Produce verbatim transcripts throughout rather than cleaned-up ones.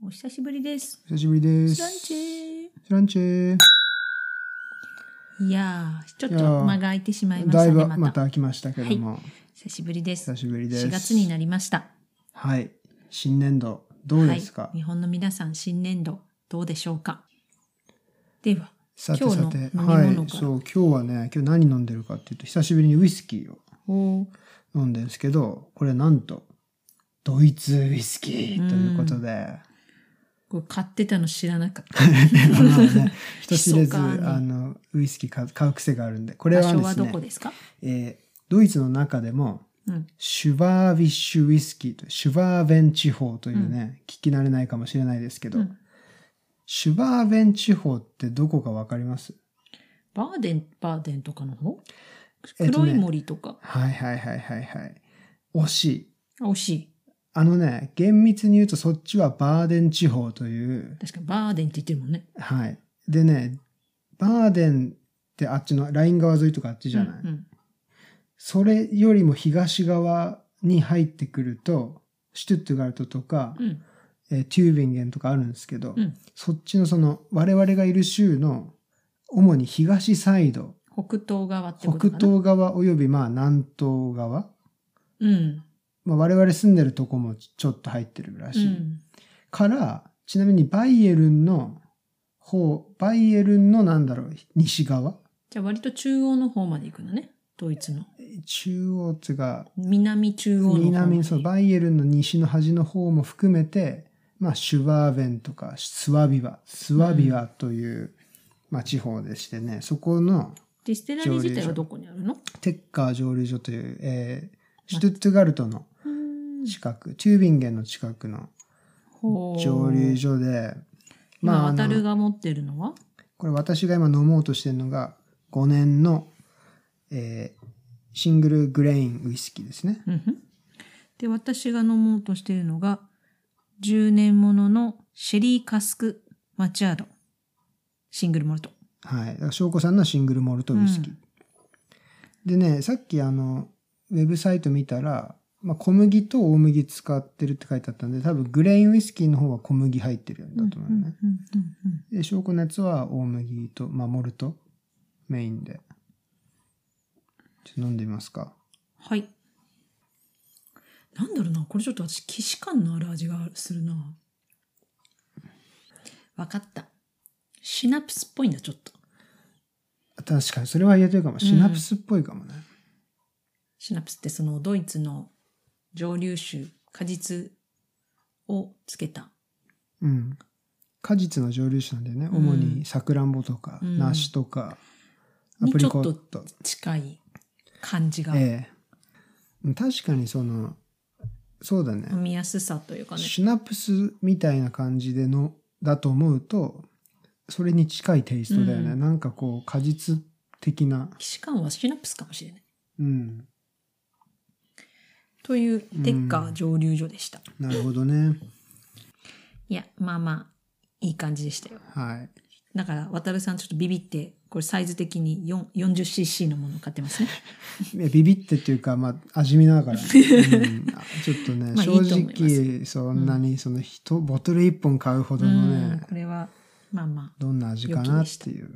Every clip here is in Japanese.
お久しぶりです。 久しぶりです。 スランチェスランチェいやー、ちょっと間が空いてしまいましたね。 だいぶまたまた来ましたけども、はい、 久しぶりです。 久しぶりです。 しがつになりました。 はい。新年度どうですか？ はい、日本の皆さん、新年度どうでしょうか？では、 さて今日のさて、 飲み物から、 はい、そう今日はね、今日何飲んでるかっていうと、久しぶりにウイスキーを飲んでるんですけど、これなんとドイツウイスキーということで、 これ買ってたの知らなかった。 まあね、人知れず密かにあのウイスキー買う、買う癖があるんで、これはですね、 場所はどこですか？ えードイツの中でも、 うん、 シュバーヴィッシュウイスキーというシュバーベン地方というね、うん、聞き慣れないかもしれないですけど、うん、シュバーベン地方ってどこかわかります？ バーデン、バーデンとかの方？黒い森とか、 えっとね、はいはいはいはいはい。惜しい。 惜しい。 あのね、厳密に言うとそっちはバーデン地方という。 確かにバーデンって言ってるもんね。 はい。でね、バーデンってあっちのライン川沿いとかあっちじゃない、うんうん、それよりも東側に入ってくると、シュトゥットガルトとか、うんえー、テュービンゲンとかあるんですけど、うん、そっちのその我々がいる州の主に東サイド、 北東側ってことかな。 北東側およびまあ南東側、 うんまあ、我々住んでるとこもちょっと入ってるらしい、うん、からちなみにバイエルンの方バイエルンのなんだろう西側、 じゃあ割と中央の方まで行くのね、ドイツの中央っていうか南中央の方、 南そうバイエルンの西の端の方も含めて、まあ、シュバーベンとかスワビワスワビワという、うんまあ、地方でしてね、そこのディステラリー自体はどこにあるの？ テッカー蒸留所という、えー、シュトゥットガルトの近く、テュービンゲンの近くの蒸留所で、 まあ、渡るが持ってるのはこれ私が今飲もうとしてるのがごねんの、えー、シングルグレインウイスキーですね。 で、私が飲もうとしてるのがじゅうねんもののシェリーカスクマチャードシングルモルト。 はい。だから翔子さんのシングルモルトウイスキー。うん、でね、さっきあのウェブサイト見たら、まあ、小麦と大麦使ってるって書いてあったんで、多分グレインウイスキーの方は小麦入ってるんだと思うね。で、証拠のやつは大麦と、まあ、モルトメインで。ちょっと飲んでみますか。 はい。なんだろうな、これちょっと私、既視感のある味がするな。わかった。シナプスっぽいんだ、ちょっと。 確かに、それは言えてるかも。シナプスっぽいかもね。うん、 シナプスってそのドイツの蒸留酒、果実をつけた。 うん。果実の蒸留酒なんだよね。うん、主にさくらんぼとか、うん、梨とか、アプリコット。 にちょっと近い感じが。 ええ。確かにその、そうだね。 飲みやすさというかね。 シナプスみたいな感じでの、だと思うと、それに近いテイストだよね。うん、なんかこう、果実的な。 既視感はシナプスかもしれない。 うん。 というテッカー蒸留所でした、 うん。なるほどね。 いや、まあまあ、いい感じでしたよ。 はい。 だから、渡るさんちょっとビビって、これサイズ的に よんじゅっシーシー のものを買ってますね。 ビビってっていうか、まあ、味見ながら、うん、ちょっとね、正直、そんなに、その人、ボトルいっぽん買うほどのね、 うん、これは、まあまあ、 どんな味かなっていう。うん、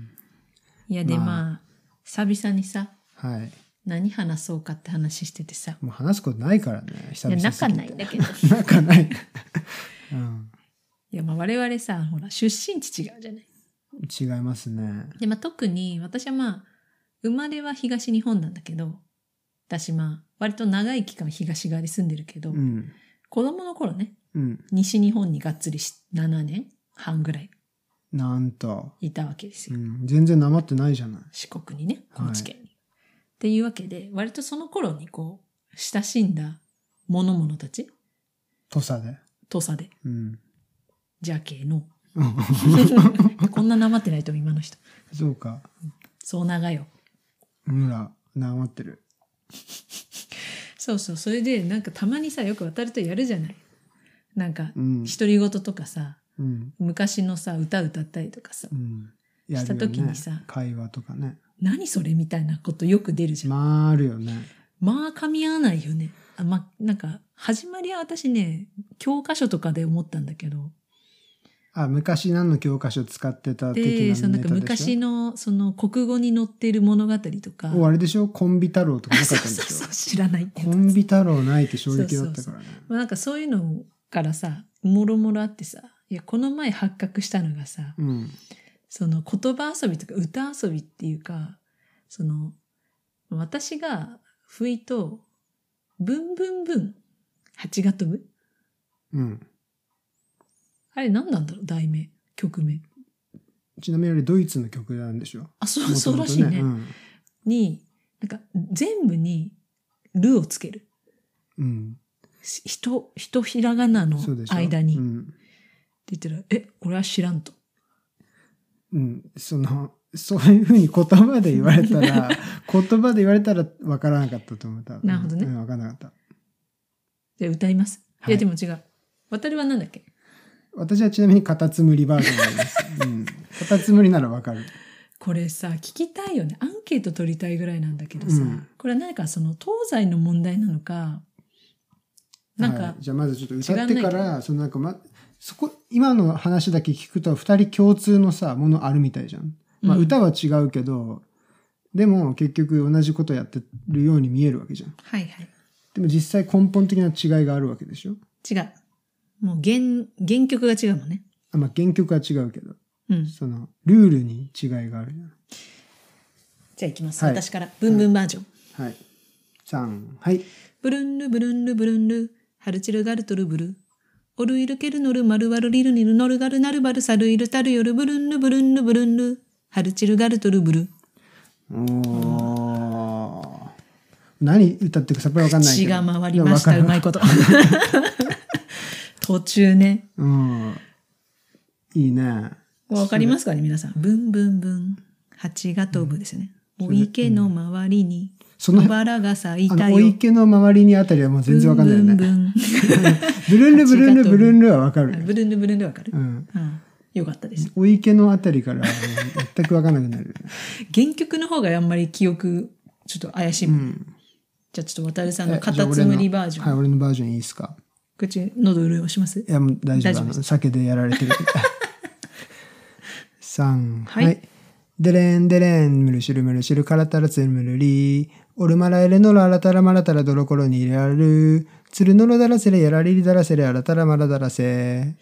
いや、で、まあ、まあ、久々にさ、 はい。 何話そうかって話しててさ。 もう話すことないからね、久々に。 いや、仲ないんだけど。 仲ない。うん、 いや、まあ我々さ、ほら、出身地違うじゃない。 違いますね。 で、まあ特に、私はまあ、生まれは東日本なんだけど、私まあ、割と長い期間東側に住んでるけど、うん、子供の頃ね、うん、西日本にがっつりななねんはんぐらい。 なんと。 いたわけですよ。 うん、全然なまってないじゃない。 四国にね、高知県に。はい、っていうわけで、割とその頃にこう、親しんだ者々たち。 土佐で。 土佐で。 うん。 ジャケの。こんななまってないと今の人。 そうか。 そう長よ。 ほら、なまってる。 そうそう。それで、なんかたまにさ、よく渡るとやるじゃない。なんか、独り言とかさ、うん、昔のさ、歌歌ったりとかさ、うん、やるよね、した時にさ、 会話とかね。 何それみたいなことよく出るじゃん。 まああるよね。 まあ噛み合わないよね。 ま、なんか、始まりは私ね、教科書とかで思ったんだけど。 あ、昔何の教科書使ってた的なネタでしょ。 で、そのなんか昔の、その国語に載ってる物語とか。 お、あれでしょ、コンビ太郎とかなかったんでしょ。 そうそうそう、知らないってコンビ太郎ないって衝撃だったからね。 そうそうそう、まあ、なんかそういうのからさ、もろもろあってさ、いや、この前発覚したのがさ、 うん、 その言葉遊びとか歌遊びっていうか、その、私が不意と、ブンブンブン、蜂が飛ぶ、 うん。あれ何なんだろう、題名、曲名。 ちなみにあれドイツの曲なんでしょ。 あ、そう、そうらしいね。うん、に、なんか全部にルをつける。 うん。 ひと、ひとひらがなの間に。 うん、 って言ったら、え、俺は知らんと。 うん、その、そういうふうに言葉で言われたら、言葉で言われたら分からなかったと思った。 なるほどね。 うん、分からなかった。 じゃあ歌います。はい、いや、でも違う。渡るは何だっけ？ 私はちなみにカタツムリバージョンがあります。うん。カタツムリなら分かる。 これさ、聞きたいよね。アンケート取りたいぐらいなんだけどさ、うん、これは何かその東西の問題なのか、なんか、 はい、じゃあまずちょっと歌ってから、そのなんかま、そこ、今の話だけ聞くと二人共通のさ、ものあるみたいじゃん。まあ歌は違うけど、うん、でも結局同じことやってるように見えるわけじゃん。 はいはい。 でも実際根本的な違いがあるわけでしょ。 違う。もう原、原曲が違うもんね。 あ、まあ原曲は違うけど、 うん、 そのルールに違いがあるじゃん。 じゃあいきます。はい、私から。ブンブンバージョン。 はい。はい、さん、はい。 ブルンルブルンルブルンル、ハルチルガルトルブル。オルイルケルノルマルワルリルニルノルガルナルバルサルイルタルヨルブルンルブルンルブルンル。ハルチルガルトルブル。 おー。何歌ってるかさっぱりわかんないけど。 口が回りました。うまいこと。途中ね。 うん。いいね。 わかりますかね、皆さん。ブンブンブン。蜂が飛ぶですね。うん、お池の周りに。そのバラが咲いたよ。 お池の周りにあたりはもう全然わかんないよね。ブンブンブン。ブルンルブルンルブルンルはわかる。 ブルンルブルンルわかる。うん。うん、よかったです。 お池のあたりから全くわかんなくなる。 原曲の方があんまり記憶、ちょっと怪しいもん。うん、じゃあちょっと渡るさんのカタツムリバージョン。 はい、俺のバージョンいいですか？ 口、喉潤します？いや、もう大丈夫。大丈夫、酒でやられてる。さん、はい。はい、デレンデレン、ムルシュルムルシュルカラタラツルムルリー。オルマラエレノラアラタラマラタラドロコロに入れられる。ツルノロダラセレやらりりだらせれアラタラマラダラセ。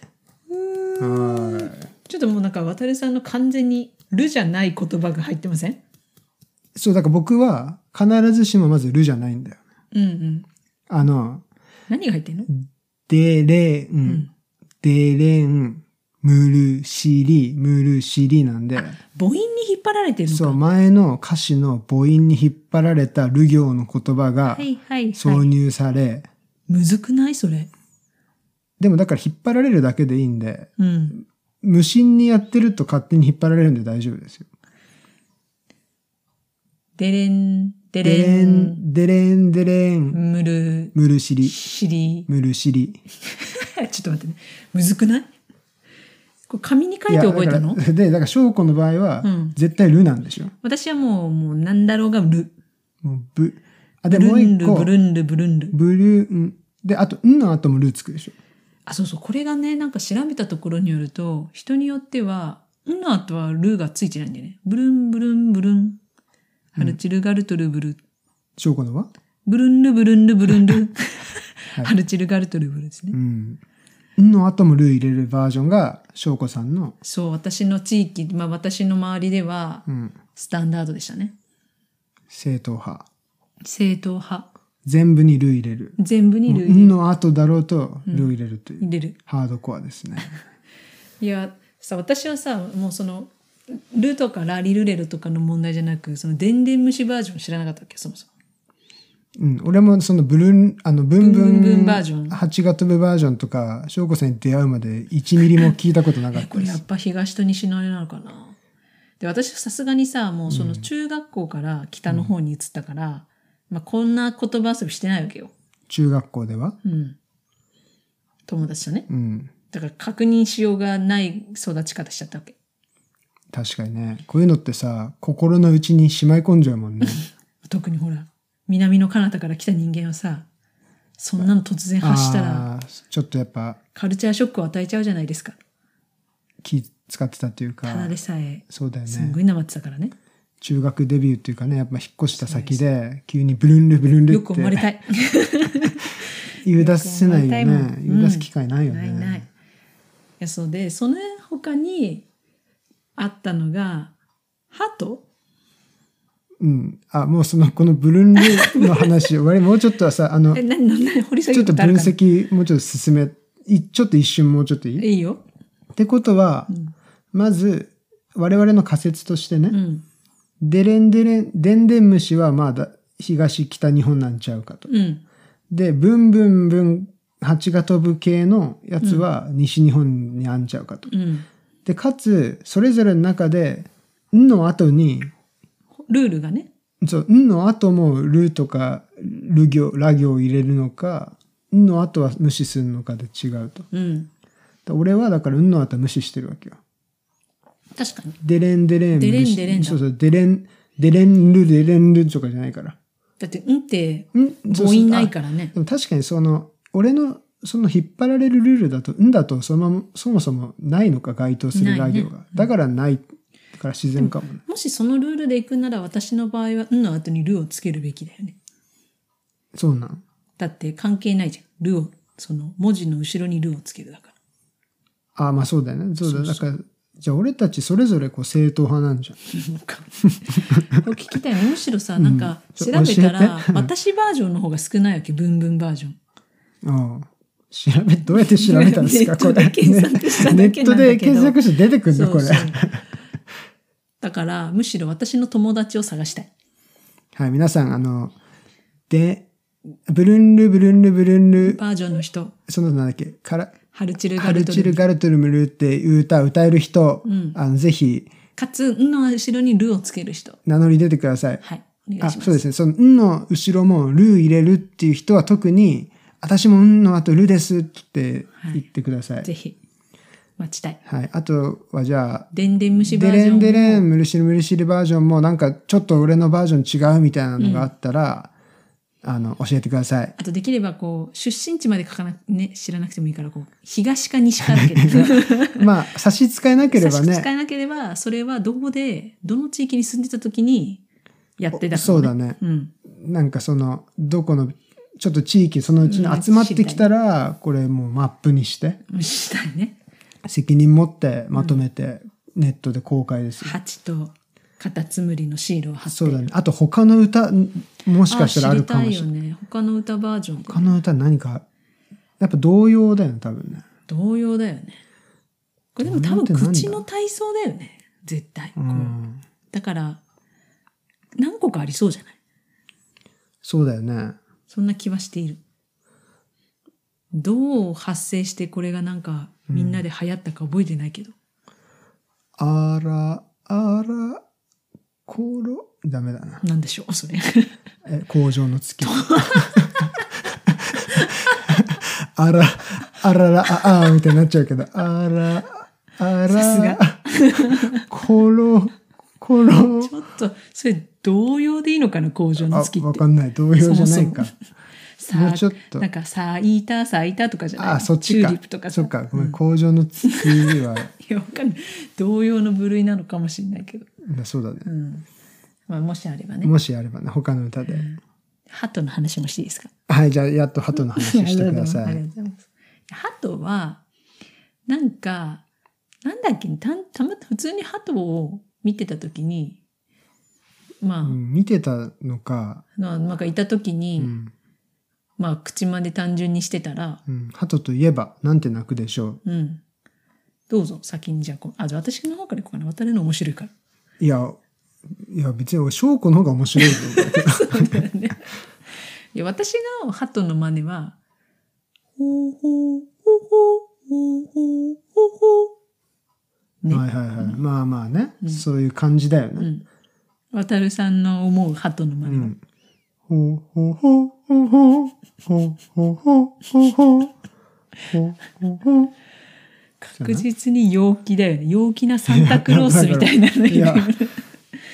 はい。ちょっともうなんか渡るさんの完全にルじゃない言葉が入ってません？ そう、だから僕は必ずしもまずルじゃないんだよ。 うんうん。 あの、 何が入ってんの？ デレン、うん、デレン、ムルシリ、ムルシリなんで。 母音に引っ張られてるのか。 そう、前の歌詞の母音に引っ張られたル行の言葉が挿入され。はいはいはい、 むずくないそれ。 でもだから引っ張られるだけでいいんで、 うん、 無心にやってると勝手に引っ張られるんで大丈夫ですよ。 デレン、デレン、 デレン、デレン、 ムル、 ムルシリ、 シリ、 ムルシリ。 ちょっと待ってね。むずくない？これ紙に書いて覚えたの？ だで、だから翔子の場合は、絶対ルなんでしょ、うん、 私はもう、もうなんだろうがル。 もうブ。あ、でもう一個。 ブルンル、ブルンル、 ブルン。で、あと、んの後もルつくでしょ。 あ、そうそう。これがね、なんか調べたところによると、人によっては、んの後はルがついてないんだよね。ブルン、ブルン、ブルン。ハルチルガルトルブル。 翔子のはブルンル、ブルンル、ブルンル。はい、ハルチルガルトルブルですね。 うん。んの後もル入れるバージョンが翔子さんの。 そう、私の地域、まあ私の周りでは、スタンダードでしたね。 うん、正統派。 正統派。 全部にル入れる。 全部にル入れる。 んの後だろうとル入れるという。 うん、入れる。 ハードコアですね。 いや、さ、私はさ、もうその、ルとかラリルレロとかの問題じゃなく、その、でんでん虫バージョン知らなかったっけ、そもそも。 うん、俺もそのブルン、あの、ブンブン、 ブンブンバージョン。 蜂が飛ぶバージョンとか、翔子さんに出会うまでいちミリも聞いたことなかったです。 これやっぱ東と西のあれなのかな。で、私さすがにさ、もうその中学校から北の方に移ったから、うん、まあこんな言葉遊びしてないわけよ。 中学校では？ うん。友達とね。 うん。 だから確認しようがない育ち方しちゃったわけ。 確かにね。こういうのってさ、心の内にしまい込んじゃうもんね。 特にほら、南の彼方から来た人間はさ、 そんなの突然発したら、 ちょっとやっぱ、 カルチャーショックを与えちゃうじゃないですか。 気使ってたというか。 ただでさえ、 そうだよね。 すんごいなまってたからね。 中学デビューっていうかね、やっぱ引っ越した先で、急にブルンルブルンルって。 よく生まれたい。 言い出せないよね。言い出す機会ないよね。 ないない。いや、そうで、その他にあったのが、鳩？ うん。あ、もうその、このブルンルの話、我々もうちょっとはさ、あの、 え、何、何、掘り下げちょっと分析、もうちょっと進め、いちょっと一瞬もうちょっといい？ いいよ。 ってことは、うん、まず、我々の仮説としてね、うん、デレンデレン、デンデンムシはまだ東北日本なんちゃうかと。うん、で、ブンブンブン、蜂が飛ぶ系のやつは西日本にあんちゃうかと。うん、で、かつ、それぞれの中で、んの後に、 ルールがね。 そう、んの後もルとか、る行、ら行を入れるのか、んの後は無視するのかで違うと。うん、俺はだからんの後は無視してるわけよ。 確かに。 デレンデレン。 デレンデレンだ。 そうそう、デレン、デレンル、デレンルとかじゃないから。 だって、んって、母音ないからね。 でも確かにその、俺の、その引っ張られるルールだと、んだとそのまま、そもそもないのか、該当するら行が。ね、だからない。だから自然かもね。 もしそのルールで行くなら、私の場合は、んの後にルをつけるべきだよね。 そうなん。 だって関係ないじゃん。ルを、その文字の後ろにルをつけるだから。 ああ、まあそうだよね。そうだ。だから、じゃあ俺たちそれぞれこう正統派なんじゃん。 聞きたいね。むしろさ、なんか調べたら、私バージョンの方が少ないわけ。ブンブンバージョン。 ああ。調べ、どうやって調べたんですかこれ。 ネットで検索しただけなんだけど。 ネットで検索して出てくるのこれ。そうそうだから、むしろ私の友達を探したい。 はい、皆さん、あの、で、ブルンル、ブルンル、ブルンル。 バージョンの人。 そのなんだっけ、から、 ハルチルガルトルム。 ハルチルガルトルムルっていう歌を歌える人、うん、あのぜひ。 かつ、んの後ろにルをつける人。 名乗り出てください。 はい。お願いします。 あ、そうですね。その、んの後ろもル入れるっていう人は特に、私もんの後ルですって言ってください。はい、 ぜひ。待ちたい。 はい。あとはじゃあ、 デンデンムシバージョン。 デレンデレン、ムルシルムルシルバージョンもなんかちょっと俺のバージョン違うみたいなのがあったら、うん、あの、教えてください。 あとできればこう、出身地まで書かな、ね、知らなくてもいいから、こう、東か西かだけど。 まあ、差し支えなければね。 差し支えなければ、それはどこで、どの地域に住んでた時にやってたか、ね。 そうだね。うん。なんかその、どこの、ちょっと地域、そのうちに集まってきたら、うん、これもうマップにして。 したいね。 責任持ってまとめてネットで公開ですよ。 蜂とカタツムリのシールを貼って。 そうだね。あと他の歌、もしかしたらあるかもしれない。 知りたいよね。他の歌バージョン、ね。 他の歌何か、やっぱ童謡だよね、多分ね。 童謡だよね。これでも多分口の体操だよね。絶対。こうだから、何個かありそうじゃない？ そうだよね。 そんな気はしている。どう発生してこれがなんかみんなで流行ったか覚えてないけど。 うん、あら、あら、ころ、ダメだな。 なんでしょう、それ。 え、工場の月。あら、あらら、ああ、みたいになっちゃうけど、あら、あら、 さすが。 ころ、ころ。 ちょっと、それ童謡でいいのかな、工場の月って。 わかんない。童謡じゃないか。 そもそももうちょっと。なんか、咲いた、咲いたとかじゃない。 あ、そっちか。 チューリップとかそっか、ごめん、工場の月は。 いや、わかんない。童謡の部類なのかもしれないけど。 そうだね。 うん。まあ、もしあればね。 もしあればね、他の歌で。うん、 鳩の話もしていいですか？ はい、じゃあ、やっと鳩の話してください。 ありがとうございます。鳩は、なんか、なんだっけ、た、たま、普通に鳩を見てたときに、まあ、うん、 見てたのか。 なんかいたときに、うん、まあ、口まで単純にしてたら、 うん、鳩といえば、なんて鳴くでしょう。うん。どうぞ、先にじゃあこ、あ、じゃあ私の方からいこうかな。渡るの面白いから。 いや、いや、別に翔子の方が面白いと思うけど。 そうだよね。いや、私の鳩の真似は、ほうほう、ほうほう、ほうほう、ほうほう。 ね、はいはいはい。うん、まあまあね、うん。そういう感じだよね。うん。 渡るさんの思う鳩の真似は。うん、 ほうほうほう、ほうほう、ほうほうほう、ほうほう、ほうほうほう。 確実に陽気だよね。陽気なサンタクロースみたいなの。 いや、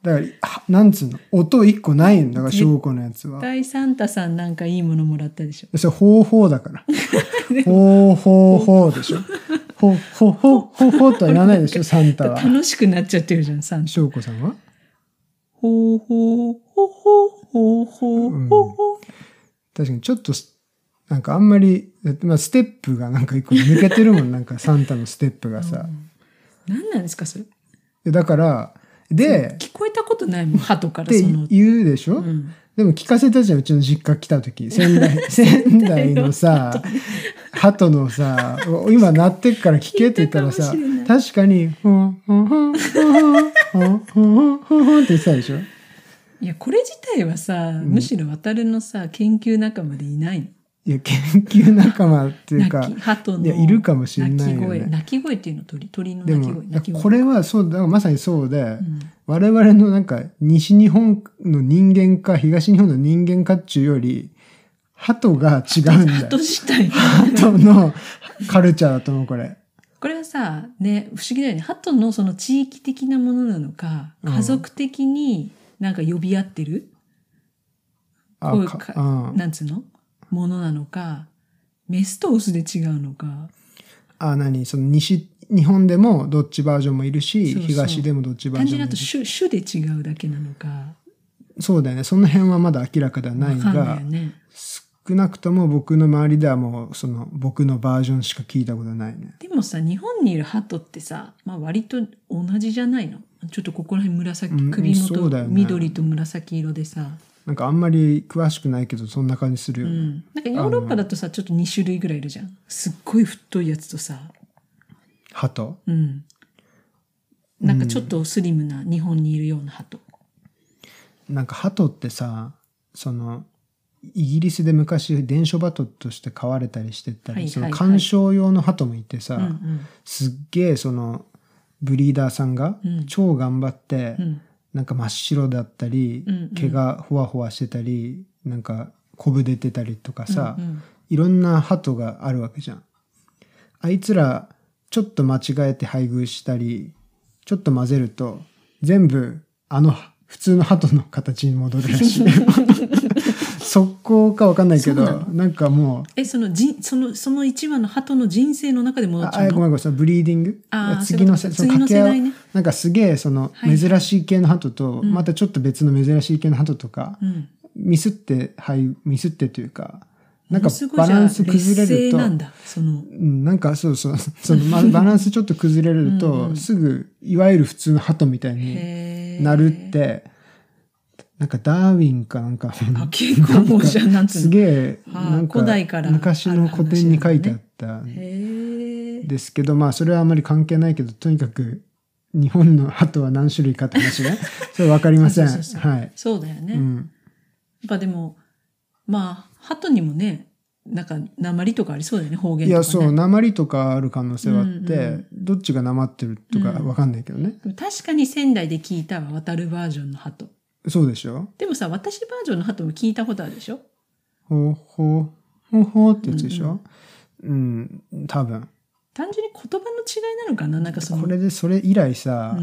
だから、なんつうの、音一個ないんだから、翔子のやつは。 絶対サンタさんなんかいいものもらったでしょ。 それ、ほうほうだから。ほうほうほうでしょ。ほうほうほうほうほうとは言わないでしょ、サンタは。 楽しくなっちゃってるじゃん、サンタ。 翔子さんはほうほうほうほうほうほうほうほう。 確かにちょっと、なんかあんまり、まあ、ステップがなんか一個抜けてるもん、なんかサンタのステップがさ。 うん、何なんですか、それ。 だから、で、 聞こえたことないもん、鳩からその。って言うでしょ、うん、でも聞かせたじゃん、うちの実家来た時。仙台、仙台のさ、鳩のさ、今鳴ってっから聞けって言ったらさ、確かに、ほんほんほんほんほんほんほんほんほんって言ってたでしょ。 いや、これ自体はさ、うん、むしろ渡るのさ、研究仲間でいないの。 いや、研究仲間っていうか、 鳩のいや、いるかもしれないよね。 鳴き声。鳴き声っていうの鳥、鳥の鳴き声。鳴き声これはそうだ、まさにそうで、うん、我々のなんか、西日本の人間か、東日本の人間かっちゅうより、鳩が違うんだよ。 鳩自体が。 鳩のカルチャーだと思う、これ。 これはさ、ね、不思議だよね。鳩のその地域的なものなのか、家族的になんか呼び合ってる、うん、こういうか、うん、なんつうのものなのか、メスとオスで違うのか。 あ、何その西日本でもどっちバージョンもいるし、そうそう東でもどっちバージョンもいるし。 単純にあと種、種で違うだけなのか。 そうだよね。その辺はまだ明らかではないが、 わかんないよね。 少なくとも僕の周りではもうその僕のバージョンしか聞いたことないね。 でもさ、日本にいる鳩ってさ、まあ割と同じじゃないの？ちょっとここら辺紫、首元、うんね、緑と紫色でさ。 なんかあんまり詳しくないけどそんな感じするよね。うん、 なんかヨーロッパだとさ、ちょっとに種類ぐらいいるじゃん。すっごい太いやつとさ。 鳩？ うん。なんかちょっとスリムな日本にいるような鳩。 うん、なんか鳩ってさ、その、イギリスで昔伝書鳩として飼われたりしてたり、はいはいはい、その観賞用の鳩もいてさ、うんうん、すっげえそのブリーダーさんが超頑張って、うん、なんか真っ白だったり、うんうん、毛がほわほわしてたり、なんかこぶ出てたりとかさ、うんうん、いろんな鳩があるわけじゃん。あいつらちょっと間違えて配偶したり、ちょっと混ぜると全部あの普通の鳩の形に戻るらしい。速攻か分かんないけど、な, なんかもうえそのじそのその一羽の鳩の人生の中で戻っちゃうの？ あ、ごめんごめん、そのブリーディング、 あ次のその次の世代ね。 なんかすげえその珍しい系の鳩と、はいはい、またちょっと別の珍しい系の鳩とか、うん、ミスってはいミスってというか、なんかバランス崩れると、 なんだその、 うん、なんかそうそうそのバランスちょっと崩れるとうん、うん、すぐいわゆる普通の鳩みたいになるって。なんかダーウィンかなんか、 あ、結構もうじゃん、なんつうの。 すげえ、なんか古代から昔の古典に書いてあったんですけど、まあそれはあんまり関係ないけど、とにかく日本の鳩は何種類かって話ね。それわかりません。 そうそうそう、 はい。 そうだよね。 うん、 やっぱでも、まあ、鳩にもね、なんか訛とかありそうだよね、方言とか、ね。 いや、そう、訛とかある可能性はあって、うんうん、どっちが訛ってるとかわかんないけどね、 うん。確かに仙台で聞いたわ、渡るバージョンの鳩。 そうでしょ。 でもさ、私バージョンの鳩も聞いたことあるでしょ。 ほうほう、ほうほうってやつでしょ。うん、うん、多分。 単純に言葉の違いなのかな、なんかその。 これでそれ以来さ、うん、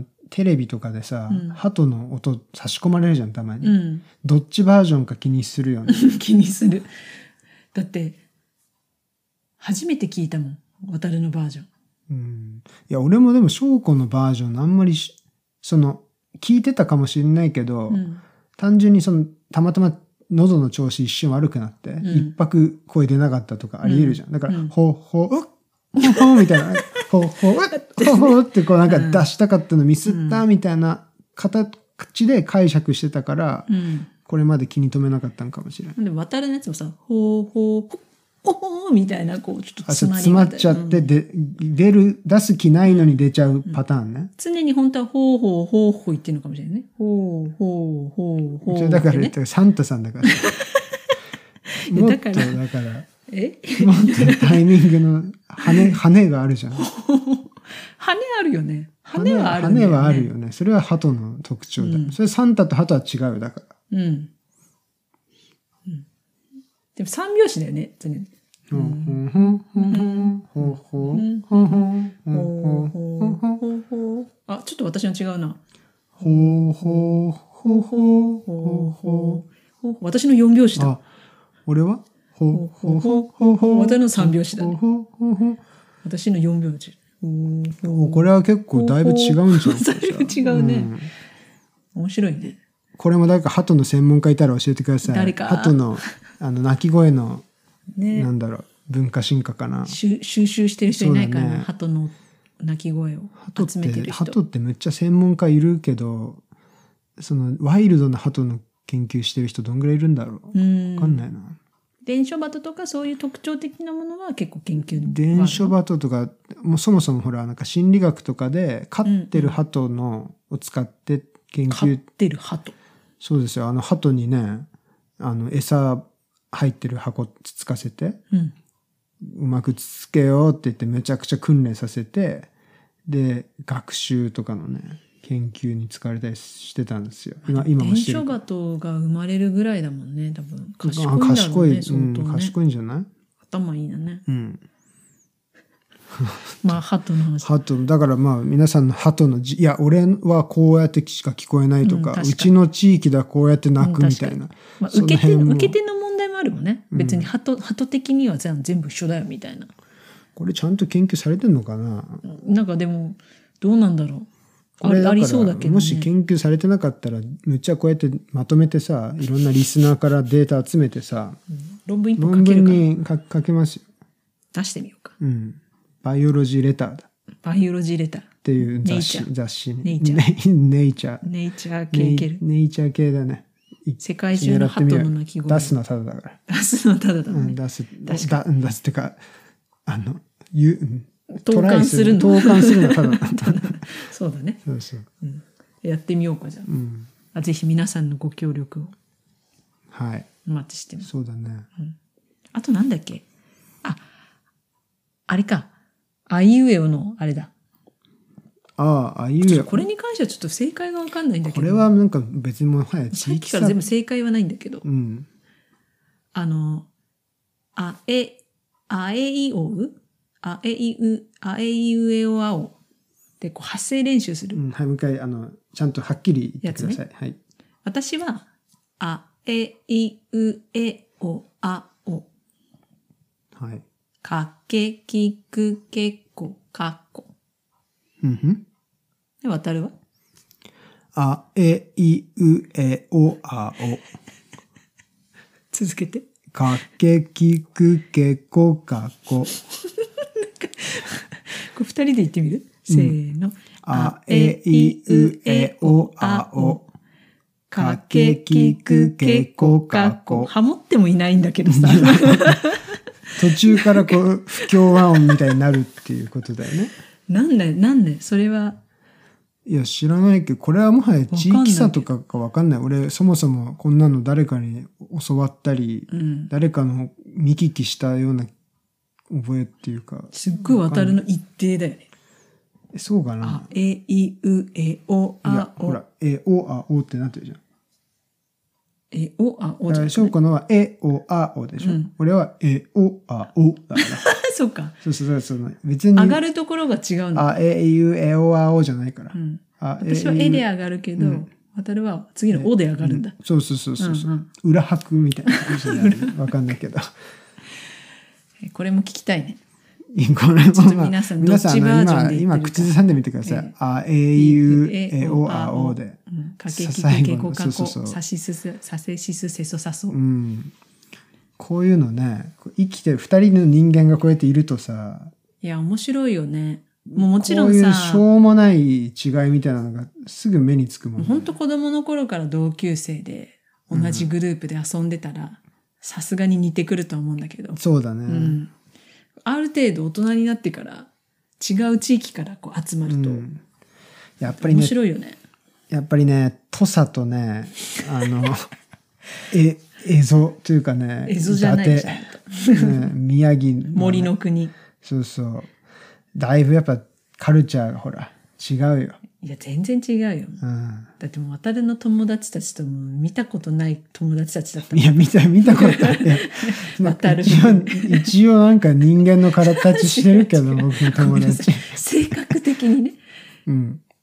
テレビとかでさ、うん、鳩の音差し込まれるじゃん、たまに。うん、どっちバージョンか気にするよね。 気にする。だって、初めて聞いたもん、渡るのバージョン。 うん。いや、俺もでも翔子のバージョンあんまりし、その、聞いてたかもしれないけど、うん、単純にそのたまたま喉の調子一瞬悪くなって、うん、一泊声出なかったとかあり得るじゃん。うん、だから、うん、ほうほう、うっほうほうみたいな、ほうほう、うっほうほうってこうなんか出したかったのミスったみたいな形で解釈してたから、うん、これまで気に留めなかったのかもしれない。 で渡るのやつもさ、ほうほう、おほーみたいな、こう、ちょっと詰まり詰まっちゃって、で、うん、出る、出す気ないのに出ちゃうパターンね。うん、 常に本当は、ほうほう、ほうほう言ってるのかもしれないね。ほうほう、ほうほう、ね。 だから、サンタさんだから。もっと、だから、 えもっとタイミングの羽、羽があるじゃん。 羽あるよね。羽はあるよね。 羽はあるよね。それは鳩の特徴だ。うん、それサンタと鳩は違うだから。うん。 でも三拍子だよね。常に。 ほうほうほうほうほうほうほうほうほうほうほうほう。 あ、ちょっと私の違うな。 ほうほうほうほうほうほう。私のよんびょうしだ。 あ、俺はほうほうほうほうほう。 私のさんびょうしだね。 ほうほうほう。 私のよんびょうし。 これは結構だいぶ違うんじゃん。 だいぶ違うね。面白いね。 これも誰か鳩の専門家いたら教えてください。 誰か。 鳩のあの鳴き声の、ね、なんだろう、文化進化かな。 収集してる人いないかな、ね、鳩の鳴き声を集めてる人。 鳩ってめっちゃ専門家いるけど、そのワイルドな鳩の研究してる人どんぐらいいるんだろう。うんわかんないな。 伝書鳩とかそういう特徴的なものは結構研究の伝書鳩とかもうそもそもほらなんか心理学とかで飼ってる鳩のを使って研究、 飼ってる鳩。 そうですよ。あの鳩にね、あの餌入ってる箱つつかせて、うん、うまくつつけようって言ってめちゃくちゃ訓練させて、で学習とかのね研究に使われたりしてたんですよ。今今もしてる。 伝書鳩が生まれるぐらいだもんね。多分賢いんだろうね。賢い、相当ね、 うん、賢いんじゃない？ 頭いいんだね。 うん。 まあ鳩の話。 鳩だからまあ皆さんの鳩のじいや俺はこうやってしか聞こえないとか、うん、うちの地域ではこうやって鳴くみたいな。うんまあ、受け手受け手の問題もあるもんね。別に鳩鳩的には全部一緒だよみたいな。 これちゃんと研究されてんのかな。 なんかでもどうなんだろう。 これありそうだけど、ね、もし研究されてなかったらむっちゃこうやってまとめてさいろんなリスナーからデータ集めてさ、 うん、論文一本書けるか論文に書書けますよ。 出してみようか。 うん。バイオロジーレターだ。 バイオロジーレターっていう雑誌雑誌ネイチャーネイチャーネイチャー系系ネイチャー系だね。 世界中の鳩の鳴き声出すのはただだから。 出すのはただだね。うん、 出すだ出すってかあのゆ投函するの投函するのただそうだね。 そうそう。 うん、やってみようかじゃあ。 うん、 あぜひ皆さんのご協力を。 はい。 お待ちしてます。 そうだね。 うん、あとなんだっけ。ああれか。あいうえおのあれだ。 ああ、あいうえお。 これに関してはちょっと正解がわかんないんだけど。 これはなんか別にもはやさっきから全部正解はないんだけど。 うん、 あの、あえ、あえいおうあえいう、あえいうえおあお。で、こう発声練習する。 うん、はい、もう一回、あの、ちゃんとはっきり言ってください。ね、はい。 私は、あえいうえおあお。 はい。 かけきくけこかこ。 うんふん。 で、渡るはあえいうえおあお。 続けて。 かけきくけこかこ。 これ二人で言ってみる、うん、せーの。 あえいうえおあお。かけきくけこかこ。 ハモってもいないんだけどさ。 途中からこう不協和音みたいになるっていうことだよね。 なんでなんでそれは。 いや知らないけどこれはもはや地域差とかか分かんない。俺そもそもこんなの誰かに教わったり、うん、誰かの見聞きしたような覚えっていうか。 すっごい渡るの一定だよね。 そうかな。 あえいうえおあお。 いやほらえおあおってなってるじゃん。 えおあおじゃん、ね。 翔子のはえおあおでしょ。うん、俺はえおあおだから。 そうか。 そうそうそうそう別に上がるところが違うんだ。 あえいうえおあおじゃないから。うん、 あ私はえで上がるけど、うん、渡るは次のおで上がるんだ。 うん、そうそうそうそう、うんうん、裏拍みたいな感じでわかんないけど。 これも聞きたいね。 これも、まあ、 皆さんどっちバージョンで今、今口ずさんでみてください。えー、あ、え、いう、え、お、あ、おで。 かけきくけこかこ、さしすす、させしすせそさそ。 うん。こういうのね、生きてる二人の人間がこうやっているとさ。 いや、面白いよね。もうもちろんさ。こういうしょうもない違いみたいなのがすぐ目につくもん、ね。 本当子供の頃から同級生で同じグループで遊んでたら、さすがに似てくると思うんだけど。 そうだね。 うんある程度大人になってから違う地域からこう集まると、うん、 やっぱりね面白いよね。 やっぱりね土佐とねあのえ蝦夷というかね蝦夷じゃないでしょ、 ね、宮城の、ね、 森の国そうそうだいぶやっぱカルチャーがほら違うよ。 いや全然違うよ、うん、だってもう渡るの友達たちとも見たことない友達たちだったもん。 いや見た見たことない渡る一応一応なんか人間の形してるけど僕の友達性格的にね、 うん、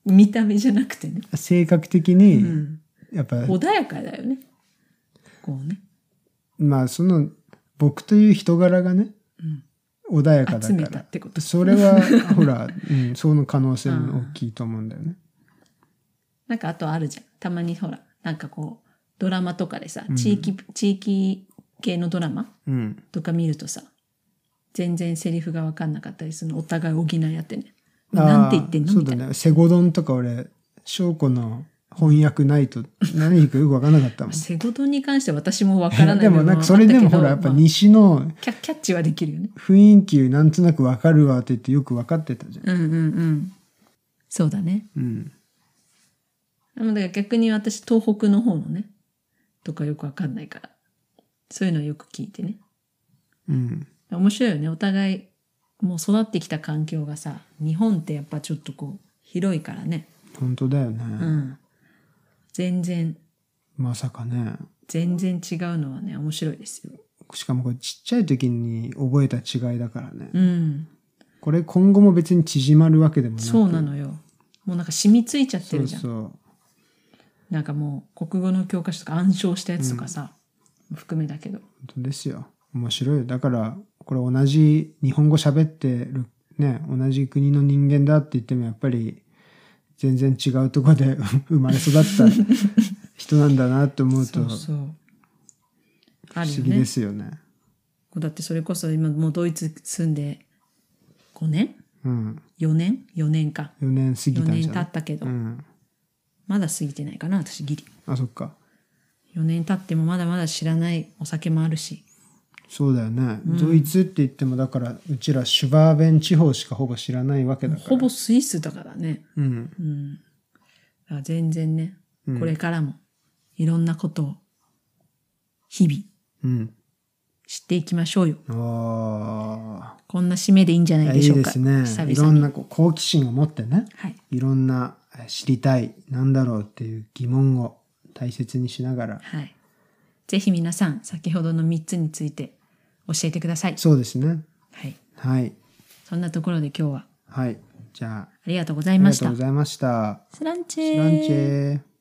見た目じゃなくてね。 性格的うに、 ん。 やっぱ、 穏やかだよね。こうね。 まあその僕という人柄がね、 うん、 穏やかだ集めからたってこと。 それはほら、うん、その可能性も大きいと思うんだよね。 なんかあとあるじゃん。たまにほら、なんかこう、ドラマとかでさ、 うん地域、地域系のドラマうん。 とか見るとさ、全然セリフが分かんなかったりするの。お互い補い合ってね。 あーなんて言ってんのみたいな。 そうだね。セゴドンとか俺、翔子の翻訳ないと何言うかよく分からなかったもん。 セゴドンに関しては私も分からないでもなんかそれでもほらやっぱ西のキャキャッチはできるよね。 雰囲気なんとなく分かるわって言ってよく分かってたじゃん。 うんうんうん。そうだね。 うん。 なので逆に私東北の方のね、とかよく分かんないから、そういうのをよく聞いてね。 うん。 面白いよね。お互いもう育ってきた環境がさ、日本ってやっぱちょっとこう広いからね。 本当だよね。 うん。全然まさかね。 全然違うのはね面白いですよ。 しかもこれちっちゃい時に覚えた違いだからね。 うん。 これ今後も別に縮まるわけでもなく。 そうなのよ。もうなんか染みついちゃってるじゃん。 そうそう。 なんかもう国語の教科書とか暗唱したやつとかさ、うん、含めだけど。 本当ですよ。面白い。だからこれ同じ日本語喋ってるね、同じ国の人間だって言ってもやっぱり全然違うところで生まれ育った人なんだなって思うとそうそうあるよね。 不思議ですよね。 だってそれこそ今もうドイツ住んでごねん、 うん、 よねんよねんかよねん過ぎたんじゃない？ よねん経ったけど、 うん、 まだ過ぎてないかな私ギリ。 あ、そっか。 よねん経ってもまだまだ知らないお酒もあるし。 そうだよね、うん、ドイツって言ってもだからうちらシュバーベン地方しかほぼ知らないわけだから。 ほぼスイスだからね。 うん、 うん、だから全然ね、 うん、 これからもいろんなことを日々、うん、知っていきましょうよ。あ、こんな締めでいいんじゃないでしょうか。 いいですね。いろんなこう好奇心を持ってね、はい、いろんな知りたいなんだろうっていう疑問を大切にしながら、はい、 ぜひ皆さん先ほどのみっつについて教えてください。 そうですね。 はい。 はい。 そんなところで今日は。 はい。じゃあ。 ありがとうございました。 ありがとうございました。 スランチェー。 スランチェー。